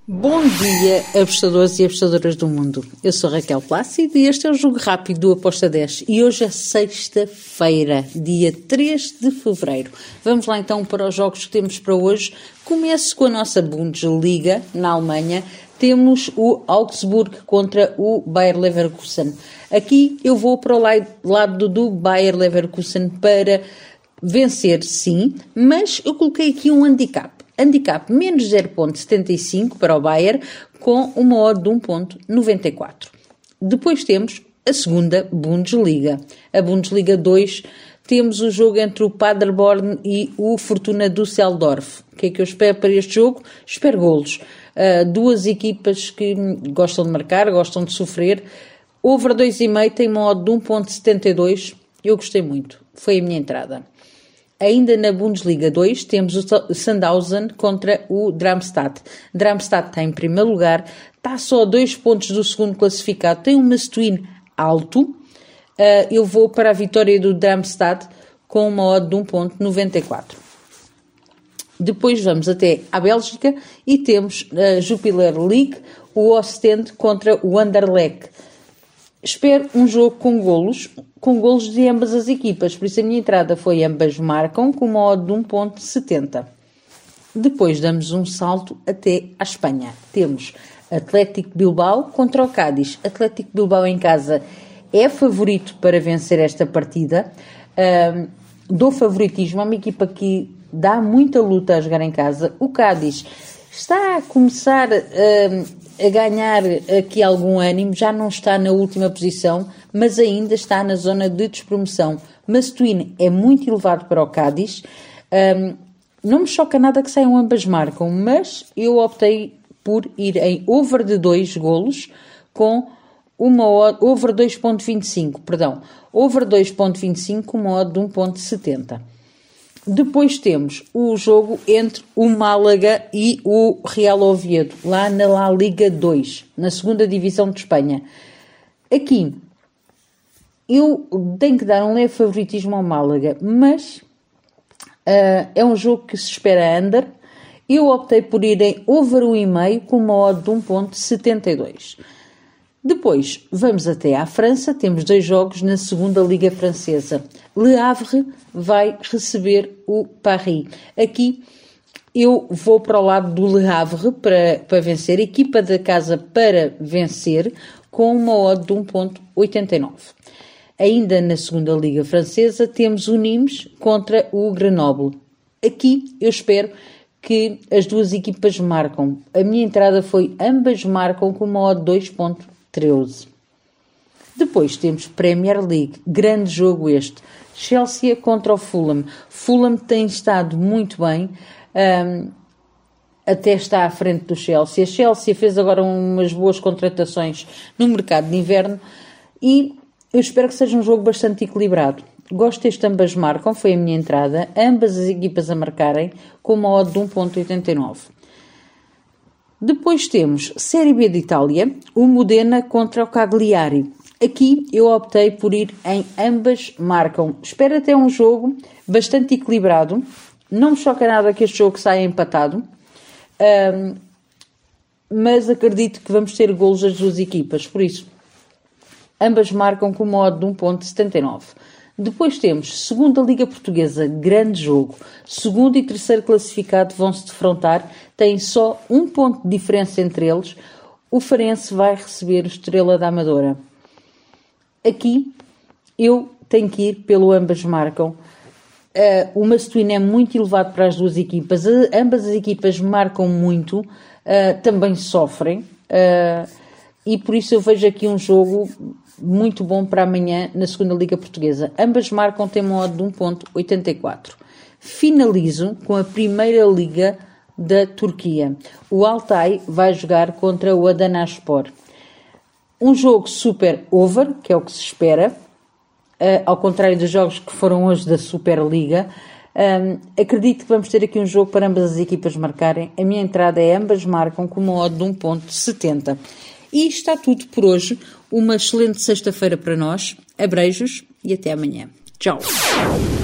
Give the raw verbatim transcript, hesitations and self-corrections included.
Bom dia, apostadores e apostadoras do mundo. Eu sou Raquel Plácido e este é o Jogo Rápido do Aposta dez. E hoje é sexta-feira, dia três de fevereiro. Vamos lá então para os jogos que temos para hoje. Começo com a nossa Bundesliga, na Alemanha. Temos o Augsburg contra o Bayer Leverkusen. Aqui eu vou para o lado do Bayer Leverkusen para vencer, sim, mas eu coloquei aqui um handicap. Handicap menos zero vírgula setenta e cinco para o Bayer, com uma odd de um vírgula noventa e quatro. Depois temos a segunda Bundesliga. A Bundesliga dois, temos o jogo entre o Paderborn e o Fortuna Düsseldorf. O que é que eu espero para este jogo? Espero golos. Uh, duas equipas que gostam de marcar, gostam de sofrer. Over dois vírgula cinco tem uma odd de um vírgula setenta e dois. Eu gostei muito. Foi a minha entrada. Ainda na Bundesliga dois, temos o Sandhausen contra o Darmstadt. Darmstadt está em primeiro lugar, está só a dois pontos do segundo classificado, tem um must-win alto. Uh, eu vou para a vitória do Darmstadt com uma odd de um vírgula noventa e quatro. Depois vamos até à Bélgica e temos a Jupiler League, o Ostende contra o Anderlecht. Espero um jogo com golos, com golos de ambas as equipas, por isso a minha entrada foi ambas marcam com uma odd de um vírgula setenta. Depois damos um salto até à Espanha. Temos Atlético Bilbao contra o Cádiz. Atlético Bilbao em casa é favorito para vencer esta partida. Uh, dou favoritismo a uma equipa que dá muita luta a jogar em casa. O Cádiz está a começar uh, a ganhar aqui algum ânimo, já não está na última posição, mas ainda está na zona de despromoção. Must-win é muito elevado para o Cádiz. Um, não me choca nada que saiam ambas marcam, mas eu optei por ir em over de dois golos com uma odd, over dois vírgula vinte e cinco, perdão, over dois vírgula vinte e cinco com uma odd de um vírgula setenta. Depois temos o jogo entre o Málaga e o Real Oviedo, lá na La Liga dois, na segunda divisão de Espanha. Aqui, eu tenho que dar um leve favoritismo ao Málaga, mas uh, é um jogo que se espera under. Eu optei por ir em over um vírgula cinco com uma odd de um vírgula setenta e dois. Depois, vamos até à França, temos dois jogos na segunda Liga Francesa. Le Havre vai receber o Paris. Aqui eu vou para o lado do Le Havre para, para vencer, equipa da casa para vencer, com uma odd de um vírgula oitenta e nove. Ainda na segunda Liga Francesa temos o Nimes contra o Grenoble. Aqui eu espero que as duas equipas marcam. A minha entrada foi ambas marcam com uma odd de dois vírgula treze. Depois temos Premier League, grande jogo este. Chelsea contra o Fulham. Fulham tem estado muito bem, um, até está à frente do Chelsea. A Chelsea fez agora umas boas contratações no mercado de inverno e eu espero que seja um jogo bastante equilibrado. Gosto deste ambas marcam, foi a minha entrada, ambas as equipas a marcarem com uma odd de um vírgula oitenta e nove. Depois temos Série B de Itália, o Modena contra o Cagliari. Aqui eu optei por ir em ambas marcam. Espero até um jogo bastante equilibrado. Não me choca nada que este jogo saia empatado. Um, mas acredito que vamos ter golos das duas equipas. Por isso, ambas marcam com uma odd de um vírgula setenta e nove. Depois temos segunda Liga Portuguesa, grande jogo. Segundo e terceiro classificado vão se defrontar, tem só um ponto de diferença entre eles. O Farense vai receber o Estrela da Amadora. Aqui eu tenho que ir pelo ambas marcam. Uh, o must-win é muito elevado para as duas equipas. Uh, ambas as equipas marcam muito, uh, também sofrem. Uh, e por isso eu vejo aqui um jogo muito bom para amanhã na segunda Liga Portuguesa. Ambas marcam, tem uma odd de um vírgula oitenta e quatro. Finalizo com a primeira Liga da Turquia. O Altay vai jogar contra o Adanaspor. Um jogo super over, que é o que se espera, uh, ao contrário dos jogos que foram hoje da Superliga. Um, acredito que vamos ter aqui um jogo para ambas as equipas marcarem. A minha entrada é ambas marcam com uma odd de um vírgula setenta. E está tudo por hoje. Uma excelente sexta-feira para nós. Abreijos e até amanhã. Tchau.